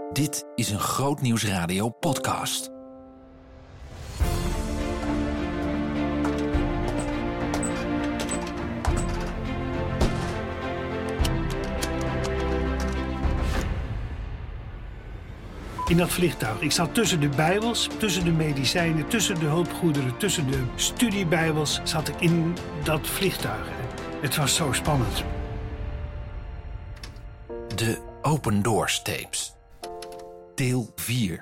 Dit is een Grootnieuws Radio podcast. In dat vliegtuig. Ik zat tussen de bijbels, tussen de medicijnen, tussen de hulpgoederen, tussen de studiebijbels zat ik in dat vliegtuig. Het was zo spannend. De Open Doors tapes. Deel 4.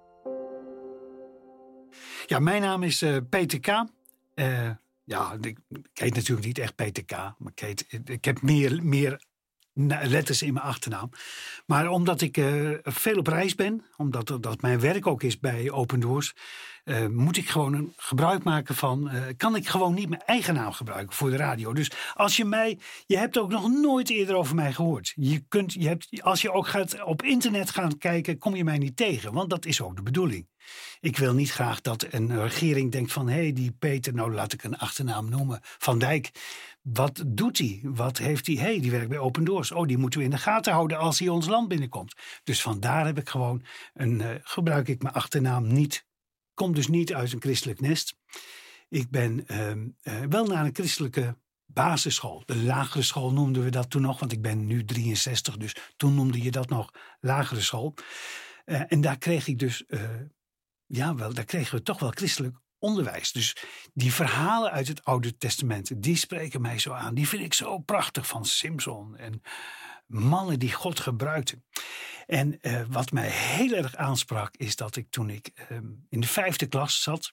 Ja, mijn naam is Peter K. Ik heet natuurlijk niet echt Peter K. Maar ik heb meer letters in mijn achternaam. Maar omdat ik veel op reis ben, omdat dat mijn werk ook is bij Open Doors, moet ik gewoon een gebruik maken van, kan ik gewoon niet mijn eigen naam gebruiken voor de radio. Dus als je hebt ook nog nooit eerder over mij gehoord. Als je ook gaat op internet gaan kijken, kom je mij niet tegen, want dat is ook de bedoeling. Ik wil niet graag dat een regering denkt van, hé, die Peter, nou laat ik een achternaam noemen, Van Dijk. Wat doet hij? Wat heeft hij? Die werkt bij Open Doors. Oh, die moeten we in de gaten houden als hij ons land binnenkomt. Dus vandaar heb ik gewoon gebruik ik mijn achternaam niet. Kom dus niet uit een christelijk nest. Ik ben wel naar een christelijke basisschool. De lagere school noemden we dat toen nog, want ik ben nu 63, dus toen noemde je dat nog lagere school. En daar kreeg ik dus, daar kregen we toch wel christelijk onderwijs. Dus die verhalen uit het Oude Testament, die spreken mij zo aan. Die vind ik zo prachtig van Simson en mannen die God gebruikte. En wat mij heel erg aansprak is dat ik toen ik in de 5e klas zat,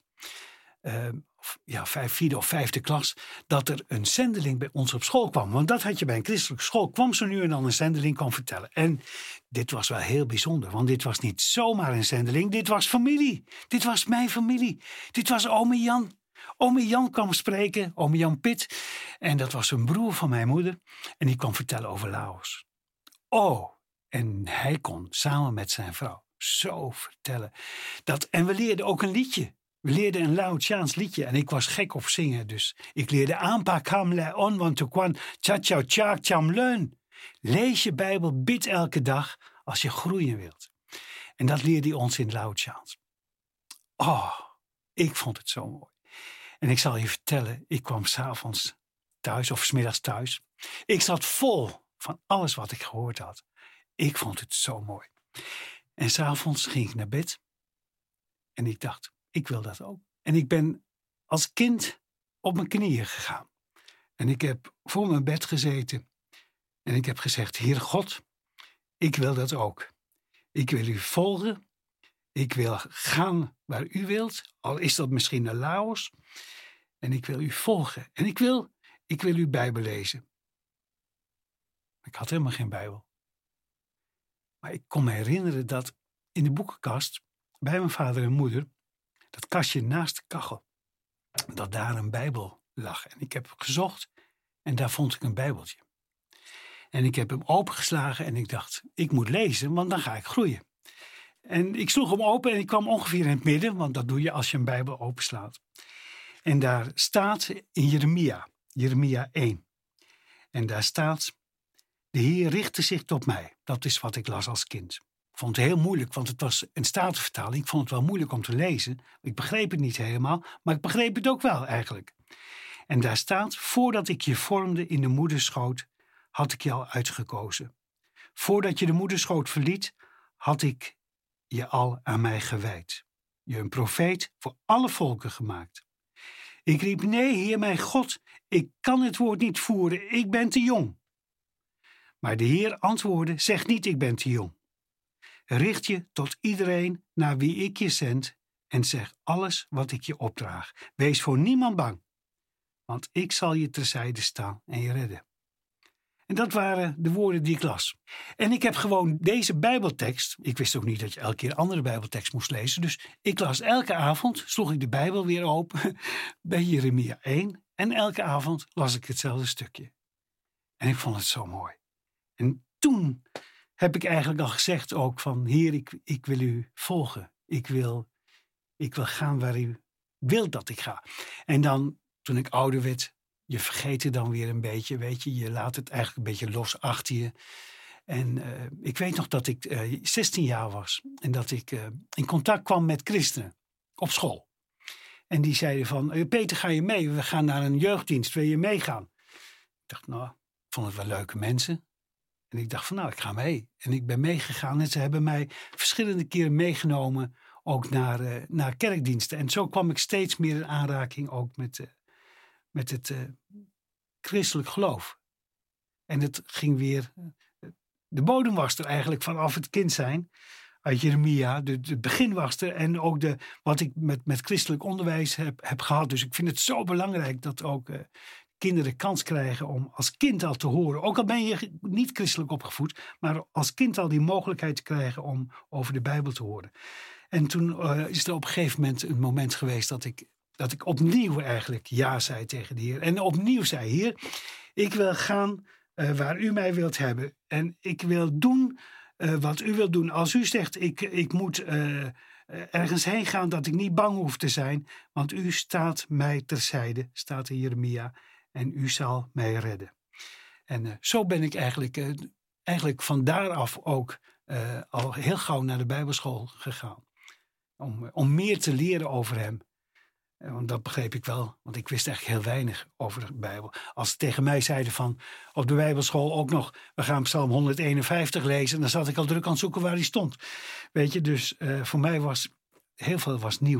4e of 5e klas, dat er een zendeling bij ons op school kwam. Want dat had je bij een christelijke school. Kwam zo nu en dan een zendeling kwam vertellen. En dit was wel heel bijzonder. Want dit was niet zomaar een zendeling. Dit was familie. Dit was mijn familie. Dit was ome Jan. Ome Jan kwam spreken. Ome Jan Pit. En dat was een broer van mijn moeder. En die kwam vertellen over Laos. Oh, en hij kon samen met zijn vrouw zo vertellen. En we leerden ook een liedje. We leerden een Laotiaans liedje en ik was gek op zingen. Dus ik leerde Ampa Kam Le On Want Tukwan Cha Chao Chak Cham Leun. Lees je Bijbel, bid elke dag als je groeien wilt. En dat leerde hij ons in het Laotiaans. Oh, ik vond het zo mooi. En ik zal je vertellen, ik kwam 's avonds thuis of 's middags thuis. Ik zat vol van alles wat ik gehoord had. Ik vond het zo mooi. En 's avonds ging ik naar bed en ik dacht, ik wil dat ook. En ik ben als kind op mijn knieën gegaan. En ik heb voor mijn bed gezeten. En ik heb gezegd, Heer God, ik wil dat ook. Ik wil u volgen. Ik wil gaan waar u wilt. Al is dat misschien naar Laos. En ik wil u volgen. En ik wil uw Bijbel lezen. Ik had helemaal geen Bijbel. Maar ik kon me herinneren dat in de boekenkast bij mijn vader en moeder, dat kastje naast de kachel, dat daar een Bijbel lag. En ik heb gezocht en daar vond ik een Bijbeltje. En ik heb hem opengeslagen en ik dacht, ik moet lezen, want dan ga ik groeien. En ik sloeg hem open en ik kwam ongeveer in het midden, want dat doe je als je een Bijbel openslaat. En daar staat in Jeremia 1. En daar staat, de Heer richtte zich tot mij. Dat is wat ik las als kind. Ik vond het heel moeilijk, want het was een Statenvertaling. Ik vond het wel moeilijk om te lezen. Ik begreep het niet helemaal, maar ik begreep het ook wel eigenlijk. En daar staat, voordat ik je vormde in de moederschoot, had ik je al uitgekozen. Voordat je de moederschoot verliet, had ik je al aan mij gewijd. Je een profeet voor alle volken gemaakt. Ik riep, nee, Heer mijn God, ik kan het woord niet voeren, ik ben te jong. Maar de Heer antwoordde, zeg niet, ik ben te jong. Richt je tot iedereen naar wie ik je zend en zeg alles wat ik je opdraag. Wees voor niemand bang, want ik zal je terzijde staan en je redden. En dat waren de woorden die ik las. En ik heb gewoon deze Bijbeltekst, ik wist ook niet dat je elke keer een andere Bijbeltekst moest lezen, dus ik las elke avond, sloeg ik de Bijbel weer open bij Jeremia 1 en elke avond las ik hetzelfde stukje. En ik vond het zo mooi. En toen heb ik eigenlijk al gezegd ook van, Heer, ik wil u volgen. Ik wil gaan waar u wilt dat ik ga. En dan, toen ik ouder werd, je vergeet het dan weer een beetje, weet je. Je laat het eigenlijk een beetje los achter je. En ik weet nog dat ik 16 jaar was. En dat ik in contact kwam met christenen op school. En die zeiden van, Peter, ga je mee? We gaan naar een jeugddienst, wil je meegaan? Ik dacht, nou, ik vond het wel leuke mensen. En ik dacht van, nou, ik ga mee. En ik ben meegegaan en ze hebben mij verschillende keren meegenomen, ook naar kerkdiensten. En zo kwam ik steeds meer in aanraking ook met het christelijk geloof. En het ging weer, de bodem was er eigenlijk vanaf het kind zijn, uit Jeremia. Het begin was er en ook wat ik met christelijk onderwijs heb gehad. Dus ik vind het zo belangrijk dat ook kinderen kans krijgen om als kind al te horen. Ook al ben je niet christelijk opgevoed, maar als kind al die mogelijkheid te krijgen om over de Bijbel te horen. En toen is er op een gegeven moment een moment geweest dat ik opnieuw eigenlijk ja zei tegen de Heer. En opnieuw zei, Heer, ik wil gaan waar u mij wilt hebben. En ik wil doen wat u wilt doen. Als u zegt, ik moet ergens heen gaan dat ik niet bang hoef te zijn. Want u staat mij terzijde, staat in Jeremia. En u zal mij redden. En zo ben ik eigenlijk van daaraf ook al heel gauw naar de Bijbelschool gegaan. Om meer te leren over hem. Want dat begreep ik wel, want ik wist eigenlijk heel weinig over de Bijbel. Als ze tegen mij zeiden van op de Bijbelschool ook nog, we gaan Psalm 151 lezen, dan zat ik al druk aan het zoeken waar die stond. Weet je, dus voor mij was heel veel nieuw.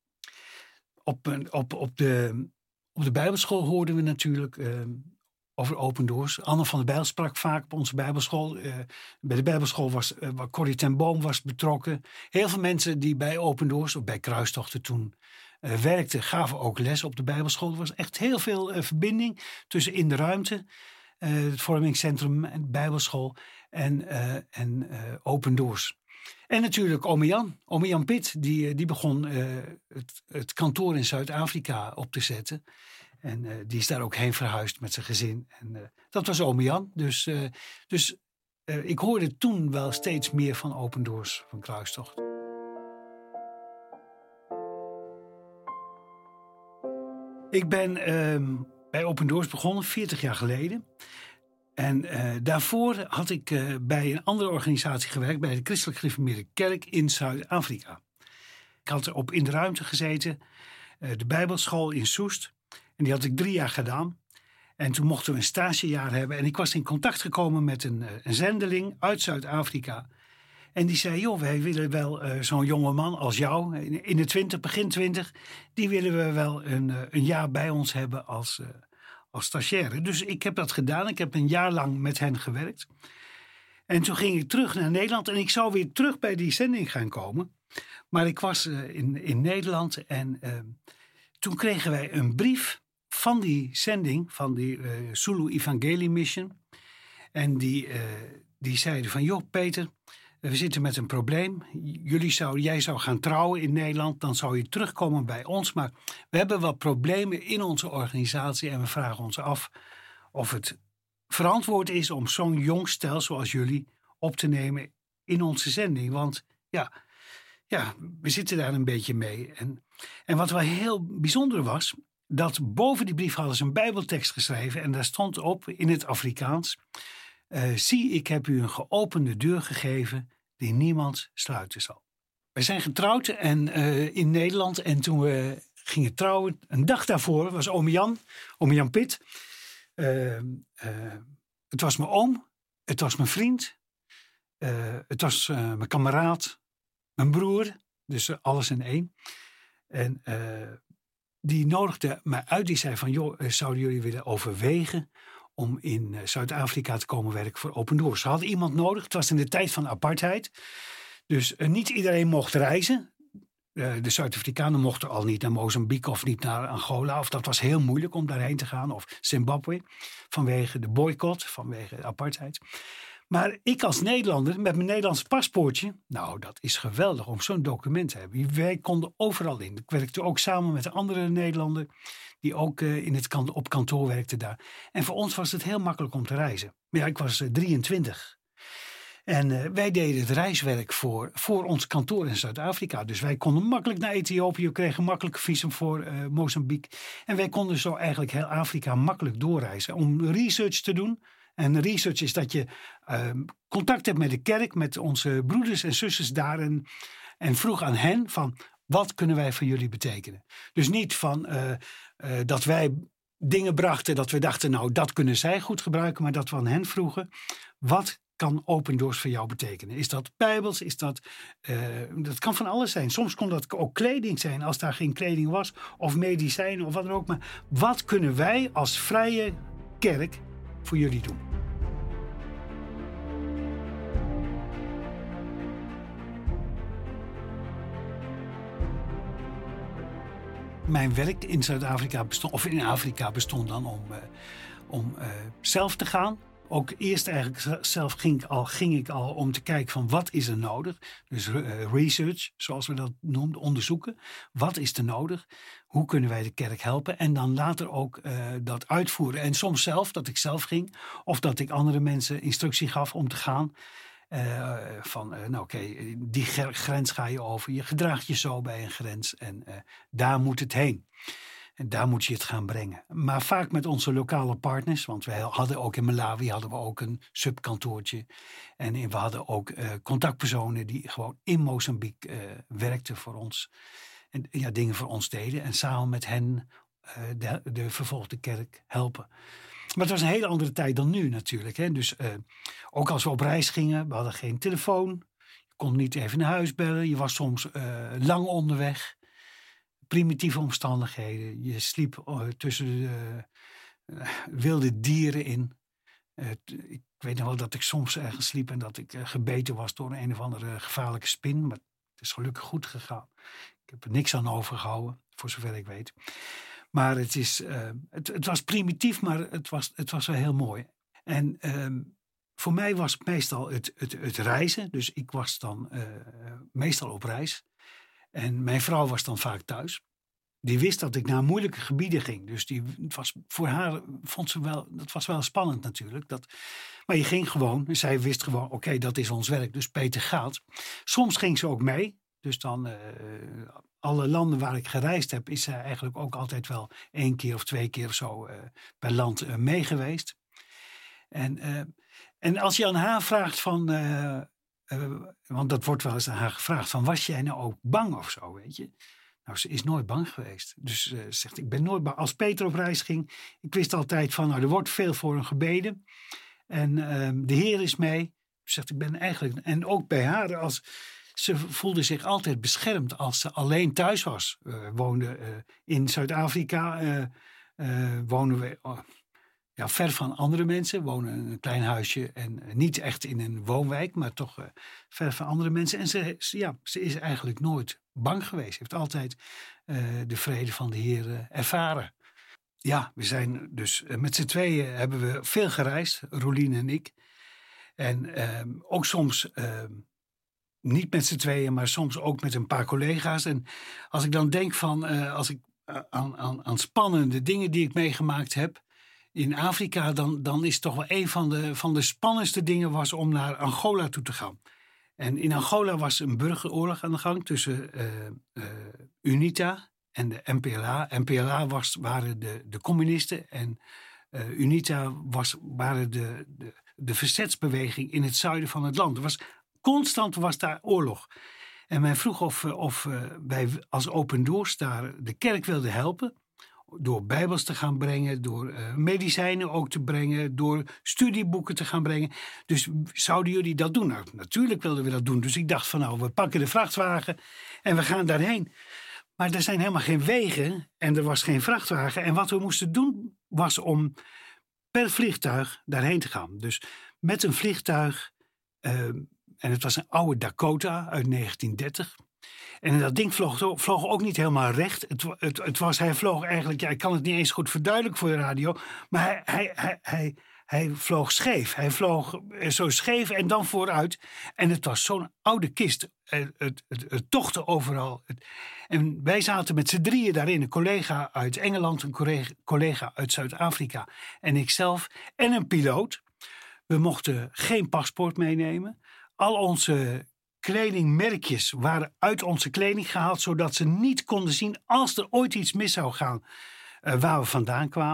Op de Bijbelschool hoorden we natuurlijk over Open Doors. Anne van der Bijl sprak vaak op onze Bijbelschool. Bij de Bijbelschool was Corrie ten Boom was betrokken. Heel veel mensen die bij Open Doors, of bij Kruistochten toen werkten, gaven ook les op de Bijbelschool. Er was echt heel veel verbinding tussen In de Ruimte, het Vormingscentrum en de Bijbelschool en Open Doors. En natuurlijk Ome Jan Pitt, die begon het kantoor in Zuid-Afrika op te zetten. En die is daar ook heen verhuisd met zijn gezin. En dat was Ome Jan. Dus ik hoorde toen wel steeds meer van Open Doors, van Kruistocht. Ik ben bij Open Doors begonnen, 40 jaar geleden. En daarvoor had ik bij een andere organisatie gewerkt, bij de Christelijk Gereformeerde Kerk in Zuid-Afrika. Ik had op In de Ruimte gezeten, de Bijbelschool in Soest. En die had ik 3 jaar gedaan. En toen mochten we een stagejaar hebben. En ik was in contact gekomen met een zendeling uit Zuid-Afrika. En die zei, joh, wij willen wel zo'n jonge man als jou, in de 20, begin 20, die willen we wel een jaar bij ons hebben als stagiaire. Dus ik heb dat gedaan. Ik heb een jaar lang met hen gewerkt. En toen ging ik terug naar Nederland en ik zou weer terug bij die zending gaan komen. Maar ik was in Nederland en toen kregen wij een brief van die zending, van die Zulu Evangelie Mission. En die zeiden van, joh Peter, we zitten met een probleem. Jij zou gaan trouwen in Nederland, dan zou je terugkomen bij ons. Maar we hebben wat problemen in onze organisatie en we vragen ons af of het verantwoord is om zo'n jong stel zoals jullie op te nemen in onze zending. Want ja, we zitten daar een beetje mee. En wat wel heel bijzonder was, dat boven die brief hadden ze een Bijbeltekst geschreven en daar stond op in het Afrikaans: zie, ik heb u een geopende deur gegeven die niemand sluiten zal. Wij zijn getrouwd in Nederland en toen we gingen trouwen, een dag daarvoor was Ome Jan Pitt. Het was mijn oom, het was mijn vriend, het was mijn kameraad, mijn broer, dus alles in één. En die nodigde mij uit, die zei van, joh, zouden jullie willen overwegen om in Zuid-Afrika te komen werken voor Open Doors? Ze hadden iemand nodig, het was in de tijd van apartheid. Dus niet iedereen mocht reizen. De Zuid-Afrikanen mochten al niet naar Mozambique of niet naar Angola. Of dat was heel moeilijk om daarheen te gaan. Of Zimbabwe, vanwege de boycott, vanwege de apartheid. Maar ik als Nederlander, met mijn Nederlandse paspoortje, nou, dat is geweldig om zo'n document te hebben. Wij konden overal in. Ik werkte ook samen met een andere Nederlander, die ook op kantoor werkte daar. En voor ons was het heel makkelijk om te reizen. Maar ja, ik was 23. En wij deden het reiswerk voor ons kantoor in Zuid-Afrika. Dus wij konden makkelijk naar Ethiopië, kregen makkelijk visum voor Mozambique. En wij konden zo eigenlijk heel Afrika makkelijk doorreizen om research te doen. En research is dat je contact hebt met de kerk, met onze broeders en zusters daar. En vroeg aan hen van, wat kunnen wij voor jullie betekenen? Dus niet van dat wij dingen brachten dat we dachten, nou dat kunnen zij goed gebruiken. Maar dat we aan hen vroegen, wat kan Open Doors voor jou betekenen? Is dat bijbels? Is dat kan van alles zijn. Soms kon dat ook kleding zijn als daar geen kleding was. Of medicijnen of wat dan ook. Maar wat kunnen wij als vrije kerk voor jullie doen? Mijn werk in Zuid-Afrika bestond, of in Afrika bestond dan om zelf te gaan. Ook eerst eigenlijk zelf ging ik al om te kijken van wat is er nodig. Dus research, zoals we dat noemden, onderzoeken. Wat is er nodig? Hoe kunnen wij de kerk helpen? En dan later ook dat uitvoeren. En soms zelf, dat ik zelf ging. Of dat ik andere mensen instructie gaf om te gaan. Die grens ga je over. Je gedraagt je zo bij een grens. En daar moet het heen. En daar moet je het gaan brengen. Maar vaak met onze lokale partners. Want we hadden ook in Malawi een subkantoortje. En we hadden ook contactpersonen die gewoon in Mozambique werkten voor ons. En dingen voor ons deden. En samen met hen de vervolgde kerk helpen. Maar het was een hele andere tijd dan nu natuurlijk. Hè? Dus ook als we op reis gingen, we hadden geen telefoon. Je kon niet even naar huis bellen. Je was soms lang onderweg. Primitieve omstandigheden. Je sliep tussen wilde dieren in. Ik weet nog wel dat ik soms ergens sliep en dat ik gebeten was door een of andere gevaarlijke spin. Maar het is gelukkig goed gegaan. Ik heb er niks aan overgehouden, voor zover ik weet. Maar het was primitief, maar het was wel heel mooi. En voor mij was het meestal het reizen. Dus ik was dan meestal op reis. En mijn vrouw was dan vaak thuis. Die wist dat ik naar moeilijke gebieden ging. Dus voor haar vond ze wel, dat was wel spannend natuurlijk. Maar je ging gewoon, en zij wist gewoon, oké, dat is ons werk. Dus Peter gaat. Soms ging ze ook mee. Dus dan alle landen waar ik gereisd heb, is zij eigenlijk ook altijd wel 1 keer of 2 keer of zo per land mee geweest. En als je aan haar vraagt van, want dat wordt wel eens aan haar gevraagd, van was jij nou ook bang of zo, weet je? Nou, ze is nooit bang geweest. Dus ze zegt, ik ben nooit bang. Als Peter op reis ging, ik wist altijd van, nou, er wordt veel voor hem gebeden. En de Heer is mee. Zegt, ik ben eigenlijk, en ook bij haar, ze voelde zich altijd beschermd als ze alleen thuis was. Woonde in Zuid-Afrika, wonen we ver van andere mensen. Wonen in een klein huisje en niet echt in een woonwijk, maar toch ver van andere mensen. En ze is eigenlijk nooit bang geweest. Ze heeft altijd de vrede van de Heer ervaren. Ja, we zijn dus met z'n tweeën hebben we veel gereisd, Rolien en ik. En ook soms niet met z'n tweeën, maar soms ook met een paar collega's. En als ik dan denk als ik aan spannende dingen die ik meegemaakt heb in Afrika, dan is toch wel een van de spannendste dingen was om naar Angola toe te gaan. En in Angola was een burgeroorlog aan de gang tussen UNITA en de MPLA. MPLA waren de communisten en UNITA waren de verzetsbeweging in het zuiden van het land. Constant was daar oorlog. En men vroeg of wij als Open Doors daar de kerk wilden helpen. Door bijbels te gaan brengen, door medicijnen ook te brengen, door studieboeken te gaan brengen. Dus zouden jullie dat doen? Nou, natuurlijk wilden we dat doen. Dus ik dacht van nou, we pakken de vrachtwagen en we gaan daarheen. Maar er zijn helemaal geen wegen en er was geen vrachtwagen. En wat we moesten doen was om per vliegtuig daarheen te gaan. Dus met een vliegtuig, en het was een oude Dakota uit 1930... En dat ding vloog ook niet helemaal recht. Hij vloog eigenlijk, ik kan het niet eens goed verduidelijken voor de radio. Maar hij vloog scheef. Hij vloog zo scheef en dan vooruit. En het was zo'n oude kist. Het tochtte overal. En wij zaten met z'n drieën daarin. Een collega uit Engeland, een collega uit Zuid-Afrika. En ikzelf en een piloot. We mochten geen paspoort meenemen. Al onze kledingmerkjes waren uit onze kleding gehaald, zodat ze niet konden zien als er ooit iets mis zou gaan waar we vandaan kwamen.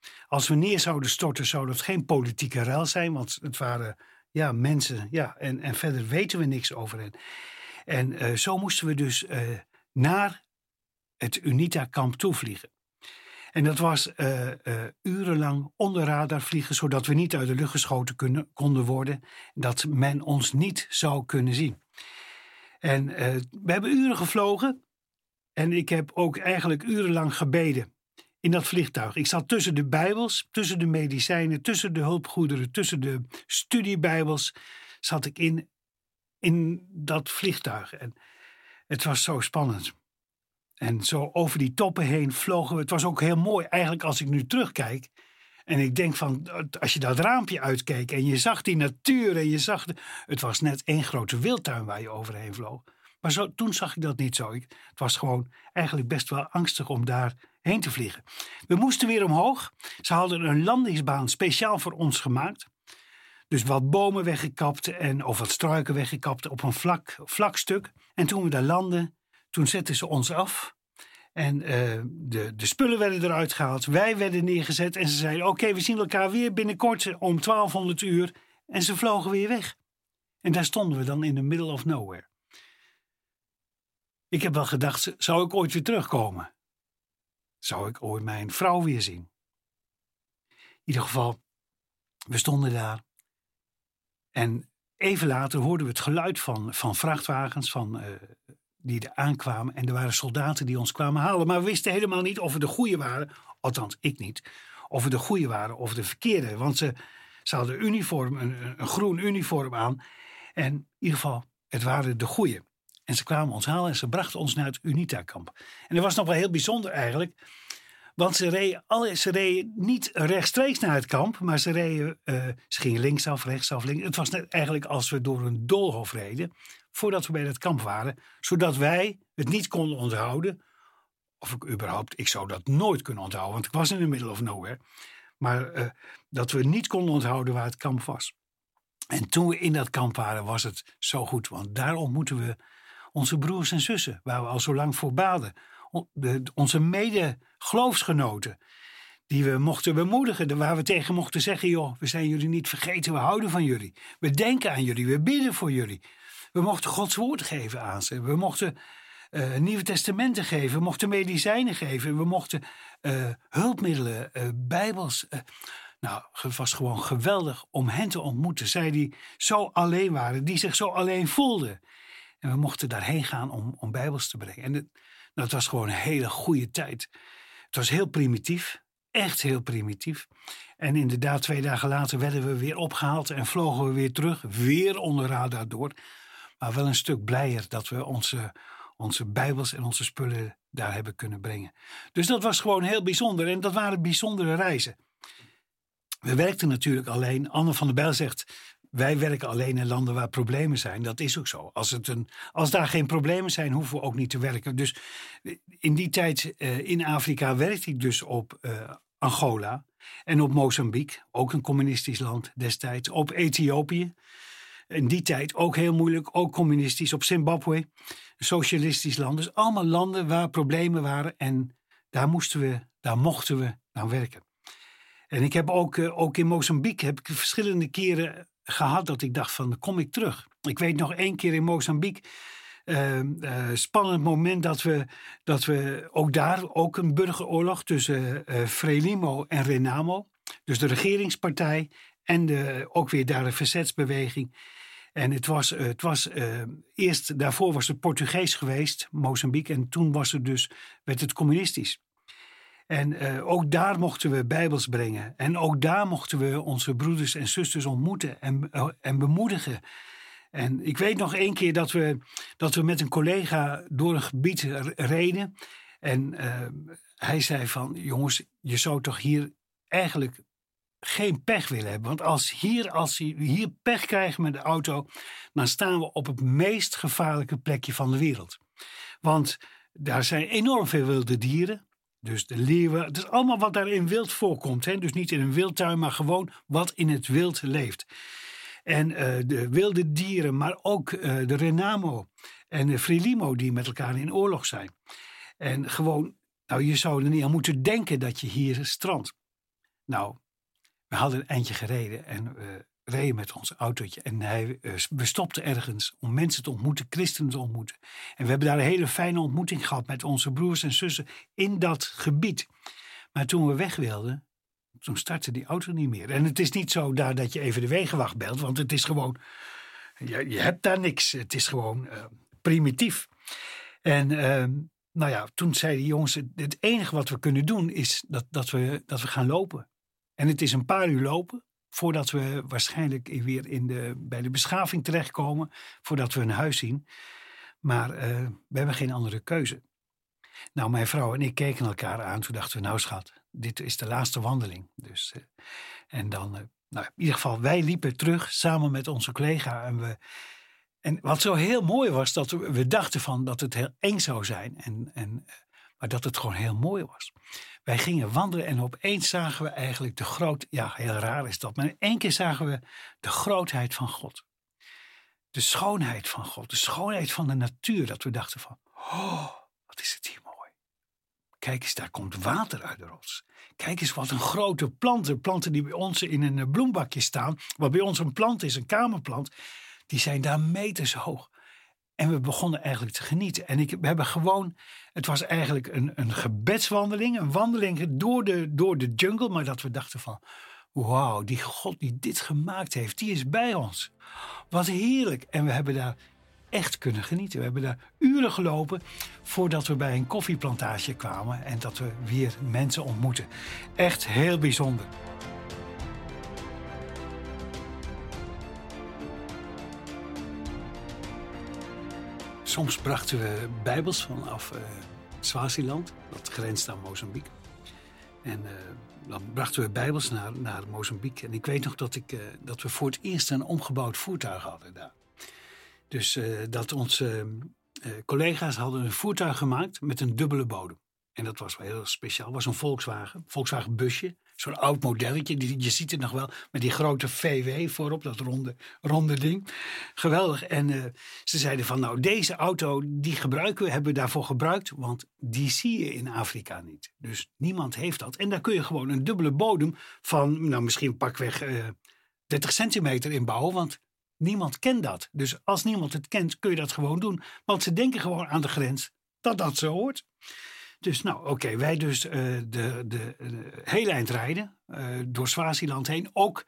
Als we neer zouden storten, zou dat geen politieke rel zijn. Want het waren mensen. Ja, en verder weten we niks over hen. En zo moesten we dus naar het UNITA-kamp toevliegen. En dat was urenlang onder radar vliegen, zodat we niet uit de lucht geschoten konden worden. Dat men ons niet zou kunnen zien. En we hebben uren gevlogen. En ik heb ook eigenlijk urenlang gebeden in dat vliegtuig. Ik zat tussen de Bijbels, tussen de medicijnen, tussen de hulpgoederen, tussen de studiebijbels. Zat ik in dat vliegtuig. En het was zo spannend. En zo over die toppen heen vlogen we. Het was ook heel mooi eigenlijk als ik nu terugkijk. En ik denk van, als je dat raampje uitkeek en je zag die natuur en je zag... Het was net één grote wildtuin waar je overheen vloog. Maar toen zag ik dat niet zo. Het was gewoon eigenlijk best wel angstig om daar heen te vliegen. We moesten weer omhoog. Ze hadden een landingsbaan speciaal voor ons gemaakt. Dus wat bomen weggekapt of wat struiken weggekapt op een vlak stuk. En toen we daar landden, toen zetten ze ons af. En de spullen werden eruit gehaald. Wij werden neergezet en ze zeiden, oké, we zien elkaar weer binnenkort om 1200 uur. En ze vlogen weer weg. En daar stonden we dan in the middle of nowhere. Ik heb wel gedacht, zou ik ooit weer terugkomen? Zou ik ooit mijn vrouw weer zien? In ieder geval, we stonden daar. En even later hoorden we het geluid van vrachtwagens die er aankwamen. En er waren soldaten die ons kwamen halen. Maar we wisten helemaal niet of we de goeie waren. Althans, ik niet. Of we de goeie waren of de verkeerde. Want ze hadden een groen uniform aan. En in ieder geval, het waren de goeie. En ze kwamen ons halen en ze brachten ons naar het UNITA-kamp. En dat was nog wel heel bijzonder eigenlijk. Want ze reden niet rechtstreeks naar het kamp. Maar ze gingen linksaf, rechtsaf, links. Het was net eigenlijk als we door een doolhof reden. Voordat we bij het kamp waren. Zodat wij het niet konden onthouden. Of ik zou dat nooit kunnen onthouden. Want ik was in the middle of nowhere. Maar dat we niet konden onthouden waar het kamp was. En toen we in dat kamp waren was het zo goed. Want daar ontmoetten we onze broers en zussen. Waar we al zo lang voor baden. Onze mede-geloofsgenoten. Die we mochten bemoedigen. Waar we tegen mochten zeggen. Joh, we zijn jullie niet vergeten. We houden van jullie. We denken aan jullie. We bidden voor jullie. We mochten Gods woord geven aan ze. We mochten Nieuwe Testamenten geven. We mochten medicijnen geven. We mochten hulpmiddelen, bijbels. Het was gewoon geweldig om hen te ontmoeten. Zij die zo alleen waren. Die zich zo alleen voelden. En we mochten daarheen gaan om bijbels te brengen. En het was gewoon een hele goede tijd. Het was heel primitief. Echt heel primitief. En inderdaad 2 dagen later werden we weer opgehaald. En vlogen we weer terug. Weer onder radar door. Maar wel een stuk blijer dat we onze bijbels en onze spullen daar hebben kunnen brengen. Dus dat was gewoon heel bijzonder. En dat waren bijzondere reizen. We werkten natuurlijk alleen. Anne van der Bijl zegt, wij werken alleen in landen waar problemen zijn. Dat is ook zo. Als daar geen problemen zijn, hoeven we ook niet te werken. Dus in die tijd in Afrika werkte ik dus op Angola. En op Mozambique, ook een communistisch land destijds. Op Ethiopië. In die tijd ook heel moeilijk, ook communistisch. Op Zimbabwe, een socialistisch land. Dus allemaal landen waar problemen waren. En daar mochten we aan werken. En ik heb ook in Mozambique heb ik verschillende keren gehad dat ik dacht van, kom ik terug. Ik weet nog 1 keer in Mozambique, spannend moment dat we ook een burgeroorlog tussen Frelimo en Renamo. Dus de regeringspartij en ook weer daar de verzetsbeweging. En het was eerst daarvoor was het Portugees geweest, Mozambique. En toen werd het communistisch. En ook daar mochten we bijbels brengen. En ook daar mochten we onze broeders en zusters ontmoeten en bemoedigen. En ik weet nog 1 keer dat we met een collega door een gebied reden. En hij zei van, jongens, je zou toch hier eigenlijk geen pech willen hebben. Want als je hier pech krijgt met de auto, dan staan we op het meest gevaarlijke plekje van de wereld. Want daar zijn enorm veel wilde dieren. Dus de leeuwen, het is allemaal wat daar in wild voorkomt. Hè? Dus niet in een wildtuin, maar gewoon wat in het wild leeft. En de wilde dieren, maar ook de Renamo en de Frelimo die met elkaar in oorlog zijn. En gewoon, je zou er niet aan moeten denken dat je hier strandt. Nou, we hadden een eindje gereden en we reden met ons autootje. En we stopten ergens om mensen te ontmoeten, christenen te ontmoeten. En we hebben daar een hele fijne ontmoeting gehad met onze broers en zussen in dat gebied. Maar toen we weg wilden, toen startte die auto niet meer. En het is niet zo daar dat je even de wegenwacht belt, want het is gewoon, je hebt daar niks. Het is gewoon primitief. En nou ja, toen zeiden die jongens, het enige wat we kunnen doen is dat we gaan lopen. En het is een paar uur lopen voordat we waarschijnlijk weer bij de beschaving terechtkomen, voordat we een huis zien. Maar we hebben geen andere keuze. Nou, mijn vrouw en ik keken elkaar aan. Toen dachten we, nou schat, dit is de laatste wandeling. Dus, en dan, nou, in ieder geval, wij liepen terug samen met onze collega. En wat zo heel mooi was, dat we dachten van dat het heel eng zou zijn. Maar dat het gewoon heel mooi was. Wij gingen wandelen en opeens zagen we eigenlijk ja, heel raar is dat. Maar in één keer zagen we de grootheid van God. De schoonheid van God. De schoonheid van de natuur. Dat we dachten van, oh, wat is het hier mooi. Kijk eens, daar komt water uit de rots. Kijk eens wat een grote planten. Planten die bij ons in een bloembakje staan. Wat bij ons een plant is, een kamerplant. Die zijn daar meters hoog. En we begonnen eigenlijk te genieten. En we hebben gewoon, het was eigenlijk een gebedswandeling. Een wandeling door de jungle. Maar dat we dachten van, wauw, die God die dit gemaakt heeft, die is bij ons. Wat heerlijk. En we hebben daar echt kunnen genieten. We hebben daar uren gelopen voordat we bij een koffieplantage kwamen. En dat we weer mensen ontmoeten. Echt heel bijzonder. Soms brachten we bijbels vanaf Swaziland, dat grenst aan Mozambique. En dan brachten we bijbels naar Mozambique. En ik weet nog dat we voor het eerst een omgebouwd voertuig hadden daar. Dus dat onze collega's hadden een voertuig gemaakt met een dubbele bodem. En dat was wel heel speciaal. Het was een Volkswagen busje. Zo'n oud modelletje, je ziet het nog wel, met die grote VW voorop, dat ronde ding. Geweldig. En ze zeiden van, nou, deze auto, die hebben we daarvoor gebruikt, want die zie je in Afrika niet. Dus niemand heeft dat. En daar kun je gewoon een dubbele bodem van, nou, misschien pakweg 30 centimeter in bouwen, want niemand kent dat. Dus als niemand het kent, kun je dat gewoon doen. Want ze denken gewoon aan de grens dat dat zo hoort. Dus nou, oké, wij dus de hele eind rijden door Swaziland heen. Ook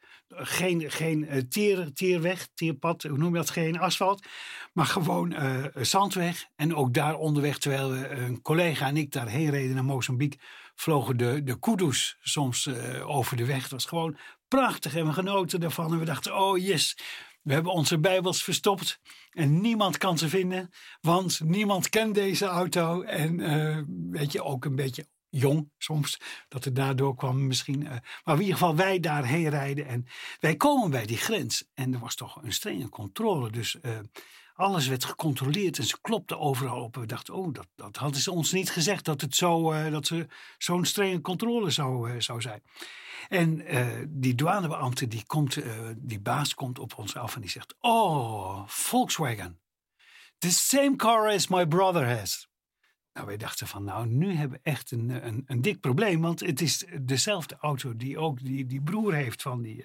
geen teerpad, hoe noem je dat, geen asfalt. Maar gewoon zandweg. En ook daar onderweg, terwijl een collega en ik daarheen reden naar Mozambique, vlogen de kudu's soms over de weg. Het was gewoon prachtig en we genoten ervan. En we dachten, oh yes, we hebben onze bijbels verstopt en niemand kan ze vinden, want niemand kent deze auto. En weet je, ook een beetje jong soms, dat het daardoor kwam misschien. Maar in ieder geval wij daarheen rijden en wij komen bij die grens. En er was toch een strenge controle, dus alles werd gecontroleerd en ze klopten overal op. We dachten, oh, dat hadden ze ons niet gezegd, dat ze zo'n strenge controle zou zijn. En die douanebeambte, die baas komt op ons af en die zegt, oh, Volkswagen. The same car as my brother has. Nou, wij dachten van, nou, nu hebben we echt een dik probleem. Want het is dezelfde auto die ook die broer heeft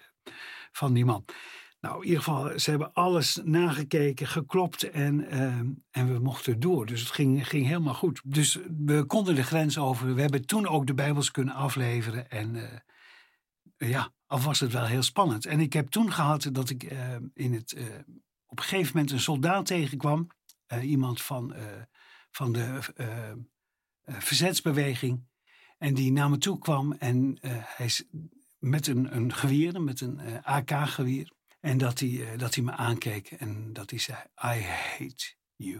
van die man. Nou, in ieder geval, ze hebben alles nagekeken, geklopt en we mochten door. Dus het ging helemaal goed. Dus we konden de grens over. We hebben toen ook de bijbels kunnen afleveren en ja, al was het wel heel spannend. En ik heb toen gehad dat ik op een gegeven moment een soldaat tegenkwam. Iemand van de verzetsbeweging. En die naar me toe kwam. En hij met een geweer, met een AK-geweer. En dat hij me aankeek en dat hij zei, I hate you.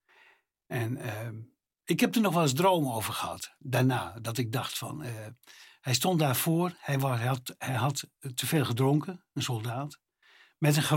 En ik heb er nog wel eens dromen over gehad. Daarna, dat ik dacht van, hij stond daarvoor. Hij had te veel gedronken, een soldaat. Met een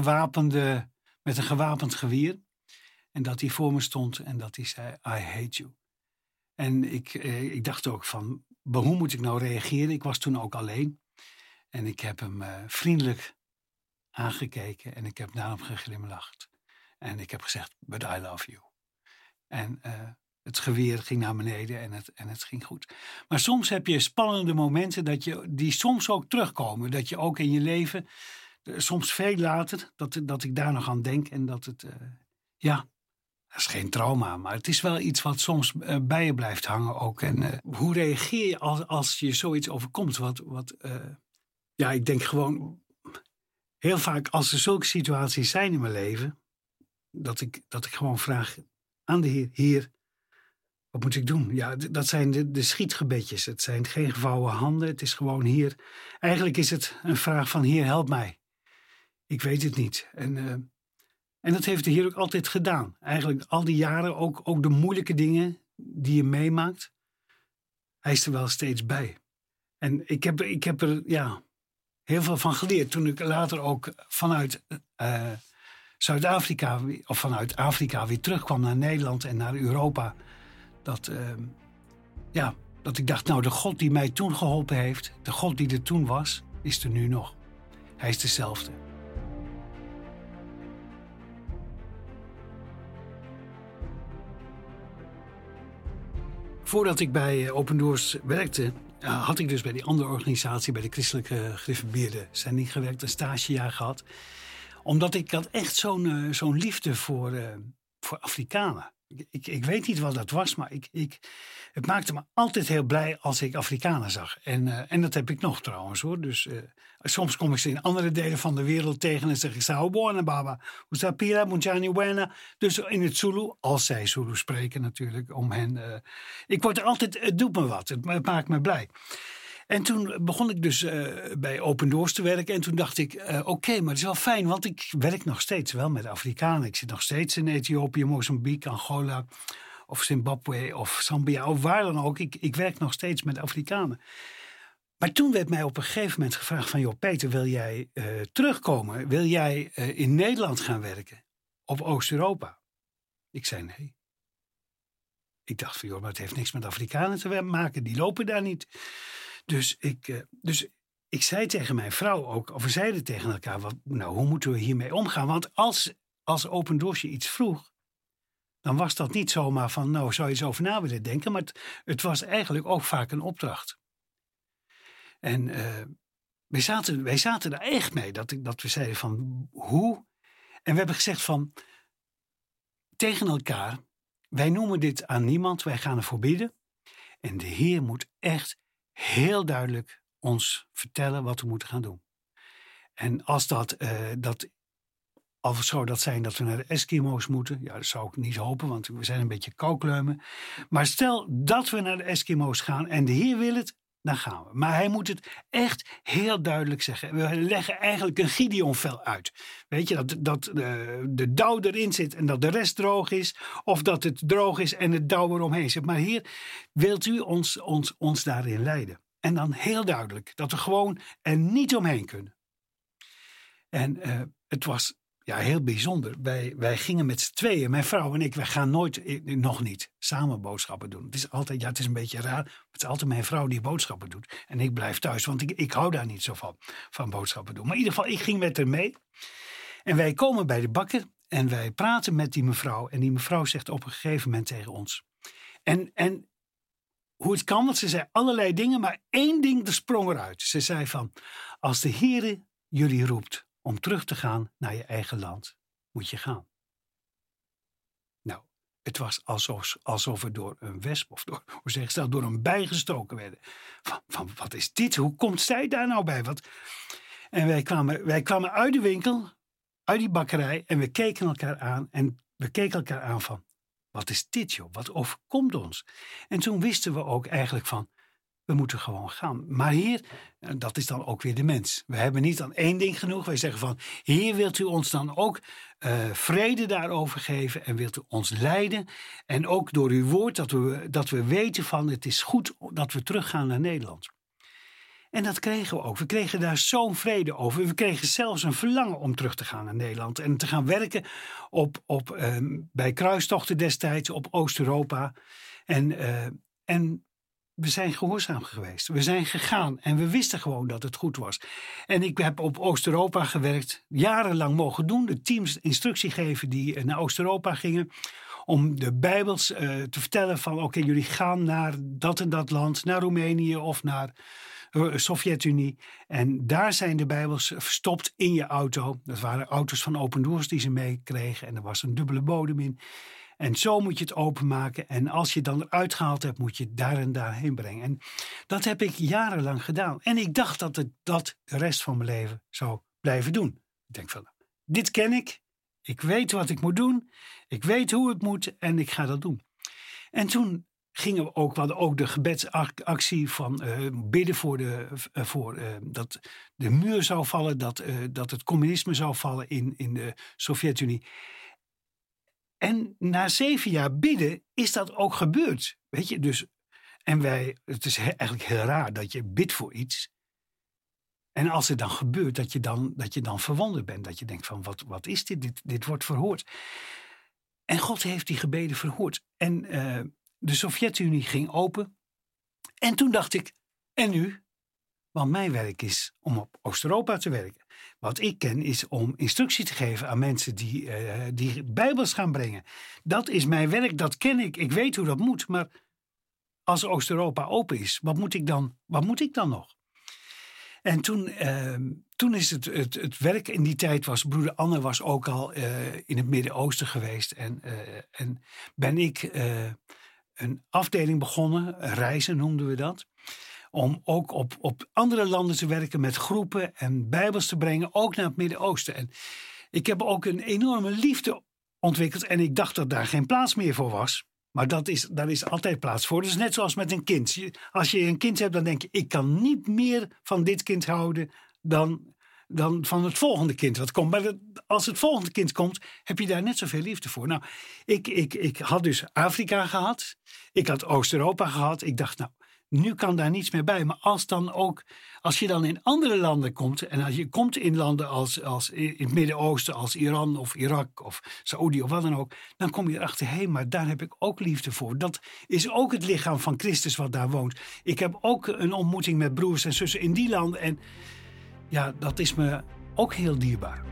gewapend geweer. En dat hij voor me stond en dat hij zei, I hate you. En ik dacht ook van, hoe moet ik nou reageren? Ik was toen ook alleen. En ik heb hem vriendelijk aangekeken en ik heb naar hem geglimlacht. En ik heb gezegd, but I love you. En Het geweer ging naar beneden en het ging goed. Maar soms heb je spannende momenten die soms ook terugkomen. Dat je ook in je leven, soms veel later, dat ik daar nog aan denk. En dat het, dat is geen trauma. Maar het is wel iets wat soms bij je blijft hangen ook. En hoe reageer je als je zoiets overkomt? Ik denk gewoon heel vaak als er zulke situaties zijn in mijn leven. Dat ik gewoon vraag aan de Heer, wat moet ik doen? Ja, dat zijn de schietgebedjes. Het zijn geen gevouwen handen. Het is gewoon Heer. Eigenlijk is het een vraag van Heer, help mij. Ik weet het niet. En dat heeft de Heer ook altijd gedaan. Eigenlijk al die jaren, ook de moeilijke dingen die je meemaakt. Hij is er wel steeds bij. En ik heb er heel veel van geleerd. Toen ik later ook vanuit Zuid-Afrika of vanuit Afrika weer terugkwam naar Nederland en naar Europa. Dat ik dacht, nou, de God die mij toen geholpen heeft, de God die er toen was, is er nu nog. Hij is dezelfde. Voordat ik bij Open Doors werkte, had ik dus bij die andere organisatie, bij de Christelijke Gereformeerde Zending gewerkt, een stagejaar gehad. Omdat ik had echt zo'n liefde voor Afrikanen. Ik weet niet wat dat was, maar het maakte me altijd heel blij als ik Afrikanen zag. En dat heb ik nog trouwens hoor. Dus soms kom ik ze in andere delen van de wereld tegen en zeg ik Sawubona baba, Usapira, Munjani Wena. Dus in het Zulu, als zij Zulu spreken natuurlijk, om hen. Ik word er altijd, het doet me wat, het maakt me blij. En toen begon ik dus bij Open Doors te werken. En toen dacht ik, oké, maar het is wel fijn. Want ik werk nog steeds wel met Afrikanen. Ik zit nog steeds in Ethiopië, Mozambique, Angola of Zimbabwe of Zambia of waar dan ook. Ik werk nog steeds met Afrikanen. Maar toen werd mij op een gegeven moment gevraagd van... joh, Peter, wil jij terugkomen? Wil jij in Nederland gaan werken? Op Oost-Europa? Ik zei nee. Ik dacht van, joh, maar het heeft niks met Afrikanen te maken. Die lopen daar niet. Dus ik zei tegen mijn vrouw ook, of we zeiden tegen elkaar, hoe moeten we hiermee omgaan? Want als Open Doors je iets vroeg, dan was dat niet zomaar van, zou je eens over na willen denken, maar het was eigenlijk ook vaak een opdracht. En wij zaten daar echt mee, dat we zeiden van, hoe? En we hebben gezegd van, tegen elkaar, wij noemen dit aan niemand, wij gaan ervoor bidden. En de Heer moet echt heel duidelijk ons vertellen wat we moeten gaan doen. En als dat zou dat zijn dat we naar de Eskimo's moeten. Ja, dat zou ik niet hopen, want we zijn een beetje koukleumen. Maar stel dat we naar de Eskimo's gaan en de Heer wil het, dan gaan we. Maar hij moet het echt heel duidelijk zeggen. We leggen eigenlijk een Gideonvel uit. Weet je, dat de dauw erin zit en dat de rest droog is. Of dat het droog is en het dauw eromheen zit. Maar Heer, wilt u ons daarin leiden? En dan heel duidelijk dat we gewoon er niet omheen kunnen. En het was heel bijzonder. Wij gingen met z'n tweeën, mijn vrouw en ik, wij gaan nog niet samen boodschappen doen. Het is altijd, het is een beetje raar. Het is altijd mijn vrouw die boodschappen doet. En ik blijf thuis, want ik hou daar niet zo van boodschappen doen. Maar in ieder geval, ik ging met haar mee. En wij komen bij de bakker en wij praten met die mevrouw. En die mevrouw zegt op een gegeven moment tegen ons. En hoe het kan, want ze zei allerlei dingen, maar één ding sprong eruit. Ze zei van, als de Heere jullie roept om terug te gaan naar je eigen land, moet je gaan. Nou, het was alsof we door een wesp of door een bij gestoken werden. Van wat is dit? Hoe komt zij daar nou bij? En wij kwamen uit de winkel, uit die bakkerij en we keken elkaar aan en we keken elkaar aan van, wat is dit joh? Wat overkomt ons? En toen wisten we ook eigenlijk van, we moeten gewoon gaan. Maar Heer, dat is dan ook weer de mens. We hebben niet aan één ding genoeg. Wij zeggen van, Heer, wilt u ons dan ook vrede daarover geven en wilt u ons leiden? En ook door uw woord dat we weten van, het is goed dat we teruggaan naar Nederland. En dat kregen we ook. We kregen daar zo'n vrede over. We kregen zelfs een verlangen om terug te gaan naar Nederland. En te gaan werken bij kruistochten destijds op Oost-Europa. En we zijn gehoorzaam geweest. We zijn gegaan en we wisten gewoon dat het goed was. En ik heb op Oost-Europa gewerkt, jarenlang mogen doen. De teams instructie geven die naar Oost-Europa gingen. om de Bijbels te vertellen van oké, jullie gaan naar dat en dat land, naar Roemenië of naar Sovjet-Unie. En daar zijn de Bijbels verstopt in je auto. Dat waren auto's van Open Doors die ze meekregen en er was een dubbele bodem in. En zo moet je het openmaken. En als je het dan eruit gehaald hebt, moet je het daar en daarheen brengen. En dat heb ik jarenlang gedaan. En ik dacht dat ik dat de rest van mijn leven zou blijven doen. Ik denk van, dit ken ik. Ik weet wat ik moet doen. Ik weet hoe het moet en ik ga dat doen. En toen gingen we ook de gebedsactie van bidden dat de muur zou vallen, dat het communisme zou vallen in de Sovjet-Unie. En na 7 jaar bidden is dat ook gebeurd. Weet je, dus. En het is eigenlijk heel raar dat je bidt voor iets. En als het dan gebeurt, dat je dan verwonderd bent. Dat je denkt van, wat is dit? Dit wordt verhoord. En God heeft die gebeden verhoord. En de Sovjet-Unie ging open. En toen dacht ik, en nu? Want mijn werk is om op Oost-Europa te werken. Wat ik ken is om instructie te geven aan mensen die Bijbels gaan brengen. Dat is mijn werk, dat ken ik. Ik weet hoe dat moet. Maar als Oost-Europa open is, wat moet ik dan nog? En toen is het werk in die tijd was, broeder Anne was ook al in het Midden-Oosten geweest. En ben ik een afdeling begonnen, reizen noemden we dat. Om ook op andere landen te werken met groepen en Bijbels te brengen, ook naar het Midden-Oosten. En ik heb ook een enorme liefde ontwikkeld en ik dacht dat daar geen plaats meer voor was. Maar daar is altijd plaats voor. Dus net zoals met een kind. Als je een kind hebt, dan denk je, ik kan niet meer van dit kind houden dan van het volgende kind wat komt. Maar als het volgende kind komt, heb je daar net zoveel liefde voor. Nou, ik had dus Afrika gehad. Ik had Oost-Europa gehad. Ik dacht, nou, nu kan daar niets meer bij. Maar als je dan in andere landen komt, en als je komt in landen als in het Midden-Oosten, als Iran of Irak of Saoedi of wat dan ook, dan kom je erachter, hé, maar daar heb ik ook liefde voor. Dat is ook het lichaam van Christus wat daar woont. Ik heb ook een ontmoeting met broers en zussen in die landen en ja, dat is me ook heel dierbaar.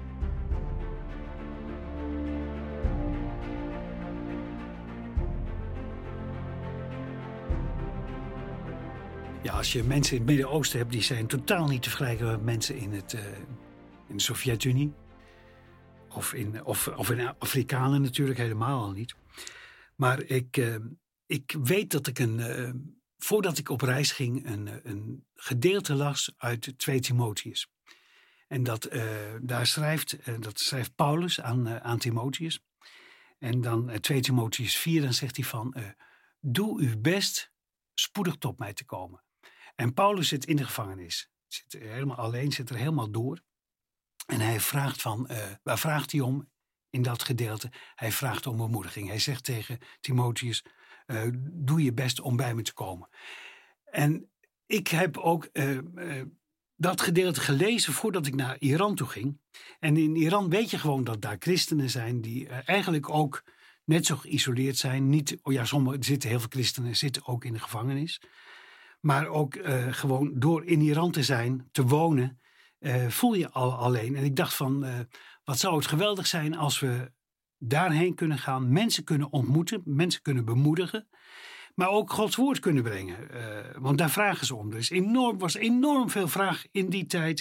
Ja, als je mensen in het Midden-Oosten hebt, die zijn totaal niet te vergelijken met mensen in de Sovjet-Unie. Of in Afrikanen natuurlijk helemaal al niet. Maar ik weet dat ik voordat ik op reis ging, een gedeelte las uit 2 Timotheus. En dat schrijft Paulus aan Timotheus. En dan 2 Timotheus 4, dan zegt hij van, doe uw best spoedig tot mij te komen. En Paulus zit in de gevangenis. Zit er helemaal alleen, zit er helemaal door. En hij vraagt waar vraagt hij om in dat gedeelte? Hij vraagt om bemoediging. Hij zegt tegen Timotheus, doe je best om bij me te komen. En ik heb ook dat gedeelte gelezen voordat ik naar Iran toe ging. En in Iran weet je gewoon dat daar christenen zijn die eigenlijk ook net zo geïsoleerd zijn. Er zitten heel veel christenen zitten ook in de gevangenis. Maar ook gewoon door in Iran te zijn, te wonen, voel je al alleen. En ik dacht van, wat zou het geweldig zijn als we daarheen kunnen gaan, mensen kunnen ontmoeten, mensen kunnen bemoedigen, maar ook Gods woord kunnen brengen. Want daar vragen ze om. Er was enorm veel vraag in die tijd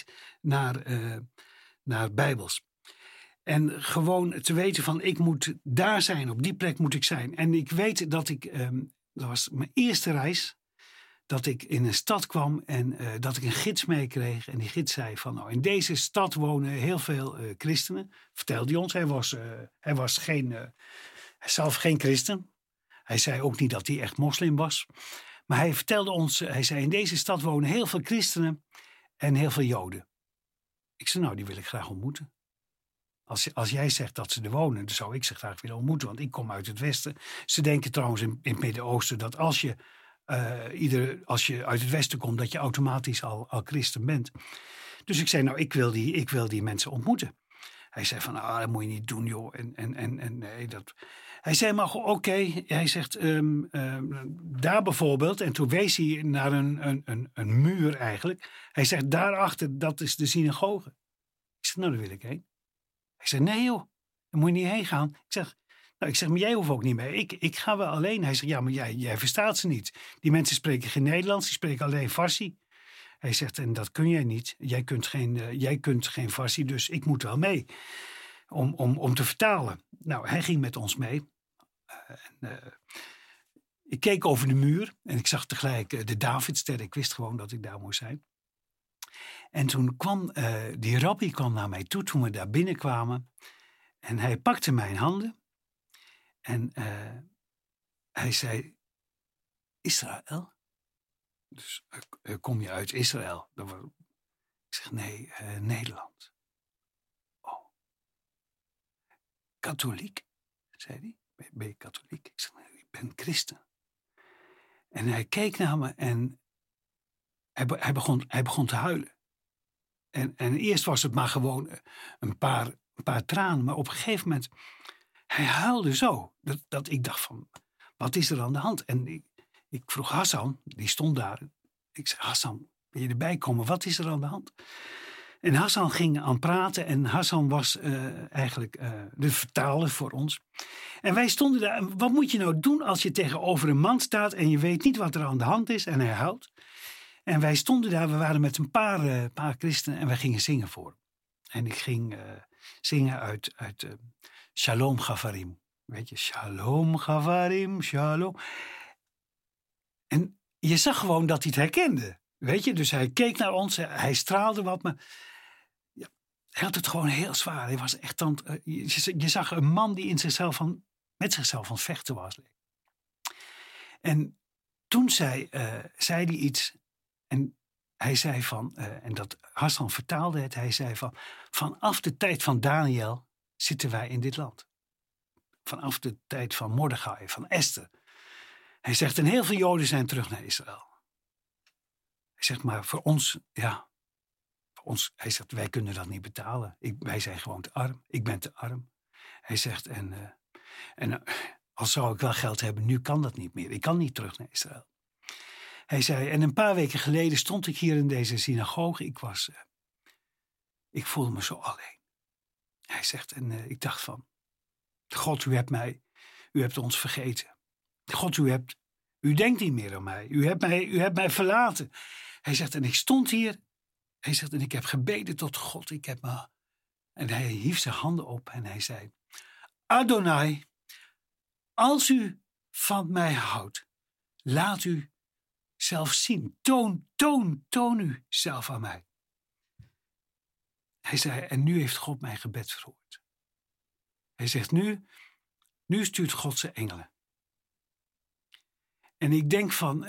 naar Bijbels. En gewoon te weten van, ik moet daar zijn, op die plek moet ik zijn. En ik weet dat dat was mijn eerste reis, dat ik in een stad kwam en dat ik een gids meekreeg. En die gids zei van, nou, in deze stad wonen heel veel christenen. Vertelde hij ons, hij was zelf geen christen. Hij zei ook niet dat hij echt moslim was. Maar hij vertelde ons, hij zei, in deze stad wonen heel veel christenen en heel veel joden. Ik zei, nou, die wil ik graag ontmoeten. Als jij zegt dat ze er wonen, dan zou ik ze graag willen ontmoeten. Want ik kom uit het Westen. Ze denken trouwens in het Midden-Oosten dat als je uit het Westen komt, dat je automatisch al christen bent. Dus ik zei, nou, ik wil die mensen ontmoeten. Hij zei van, dat moet je niet doen, joh. En nee, dat. Hij zei, maar oké. Hij zegt, daar bijvoorbeeld, en toen wees hij naar een muur eigenlijk. Hij zegt, daarachter, dat is de synagoge. Ik zeg, nou, daar wil ik heen. Hij zei, nee joh, daar moet je niet heen gaan. Ik zeg, Nou, ik zeg, maar jij hoeft ook niet mee. Ik ga wel alleen. Hij zegt, ja, maar jij verstaat ze niet. Die mensen spreken geen Nederlands, die spreken alleen Farsi. Hij zegt, en dat kun jij niet. Jij kunt geen Farsi, dus ik moet wel mee. Om te vertalen. Nou, hij ging met ons mee. Ik keek over de muur en ik zag tegelijk de Davidster. Ik wist gewoon dat ik daar moest zijn. En toen kwam die rabbi naar mij toe toen we daar binnenkwamen. En hij pakte mijn handen. En hij zei, Israël? Dus kom je uit Israël? Ik zeg, nee, Nederland. Oh. Katholiek, zei hij. Ben je katholiek? Ik zeg, nee, ik ben christen. En hij keek naar me en hij begon te huilen. En eerst was het maar gewoon een paar tranen. Maar op een gegeven moment, hij huilde zo. Dat ik dacht van, wat is er aan de hand? En ik vroeg Hassan, die stond daar. Ik zei, Hassan, wil je erbij komen? Wat is er aan de hand? En Hassan ging aan praten. En Hassan was eigenlijk de vertaler voor ons. En wij stonden daar. En wat moet je nou doen als je tegenover een man staat en je weet niet wat er aan de hand is en hij huilt? En wij stonden daar, we waren met een paar christenen en wij gingen zingen voor hem. En ik ging zingen uit Shalom Gavarim. Weet je, Shalom Gavarim, Shalom. En je zag gewoon dat hij het herkende. Weet je, dus hij keek naar ons, hij straalde wat, maar ja, hij had het gewoon heel zwaar. Hij was echt je zag een man die met zichzelf aan het vechten was. En toen zei hij iets. En hij zei en dat Hassan vertaalde het, hij zei vanaf de tijd van Daniel zitten wij in dit land. Vanaf de tijd van Mordechai, van Esther. Hij zegt, en heel veel Joden zijn terug naar Israël. Hij zegt, maar voor ons, hij zegt, wij kunnen dat niet betalen. Wij zijn gewoon te arm. Ik ben te arm. Hij zegt, en al zou ik wel geld hebben, nu kan dat niet meer. Ik kan niet terug naar Israël. Hij zei, en een paar weken geleden stond ik hier in deze synagoge. Ik voelde me zo alleen. Hij zegt, en ik dacht van, God, u hebt ons vergeten. God, u denkt niet meer aan mij. U hebt mij verlaten. Hij zegt, en ik stond hier. Hij zegt, en ik heb gebeden tot God. En hij hief zijn handen op en hij zei, Adonai, als u van mij houdt, laat u zelf zien. Toon u zelf aan mij. Hij zei, en nu heeft God mijn gebed verhoord. Hij zegt, nu stuurt God zijn engelen. En ik denk van,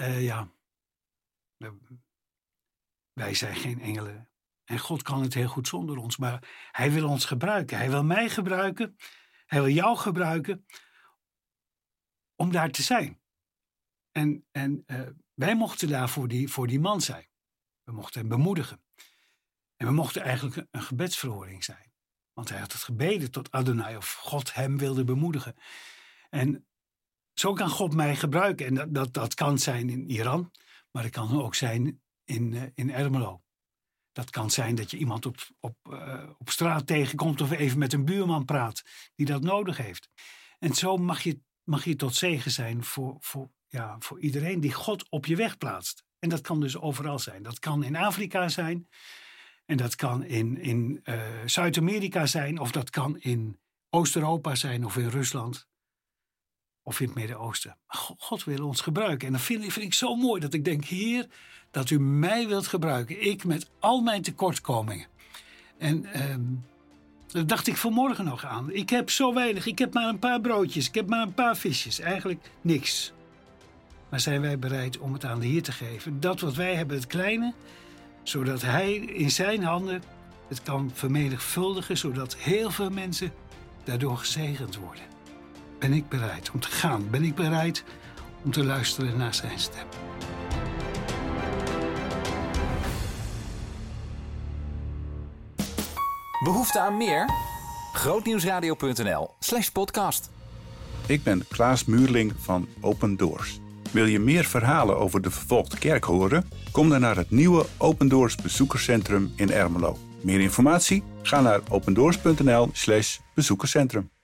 wij zijn geen engelen. En God kan het heel goed zonder ons. Maar hij wil ons gebruiken. Hij wil mij gebruiken. Hij wil jou gebruiken. Om daar te zijn. En wij mochten daar voor die man zijn. We mochten hem bemoedigen. En we mochten eigenlijk een gebedsverhoring zijn. Want hij had het gebeden tot Adonai. Of God hem wilde bemoedigen. En zo kan God mij gebruiken. En dat kan zijn in Iran. Maar het kan ook zijn in Ermelo. Dat kan zijn dat je iemand op straat tegenkomt. Of even met een buurman praat. Die dat nodig heeft. En zo mag je tot zegen zijn voor iedereen die God op je weg plaatst. En dat kan dus overal zijn. Dat kan in Afrika zijn. En dat kan in Zuid-Amerika zijn. Of dat kan in Oost-Europa zijn. Of in Rusland. Of in het Midden-Oosten. God wil ons gebruiken. En dat vind ik zo mooi dat ik denk, Heer, dat u mij wilt gebruiken. Ik met al mijn tekortkomingen. En dat dacht ik vanmorgen nog aan. Ik heb zo weinig. Ik heb maar een paar broodjes. Ik heb maar een paar visjes. Eigenlijk niks. Maar zijn wij bereid om het aan de Heer te geven? Dat wat wij hebben, het kleine, zodat Hij in zijn handen het kan vermenigvuldigen, zodat heel veel mensen daardoor gezegend worden. Ben ik bereid om te gaan? Ben ik bereid om te luisteren naar zijn stem? Behoefte aan meer? Grootnieuwsradio.nl/podcast. Ik ben Klaas Muurling van Open Doors. Wil je meer verhalen over de vervolgde kerk horen? Kom dan naar het nieuwe Open Doors bezoekerscentrum in Ermelo. Meer informatie? Ga naar opendoors.nl/bezoekerscentrum.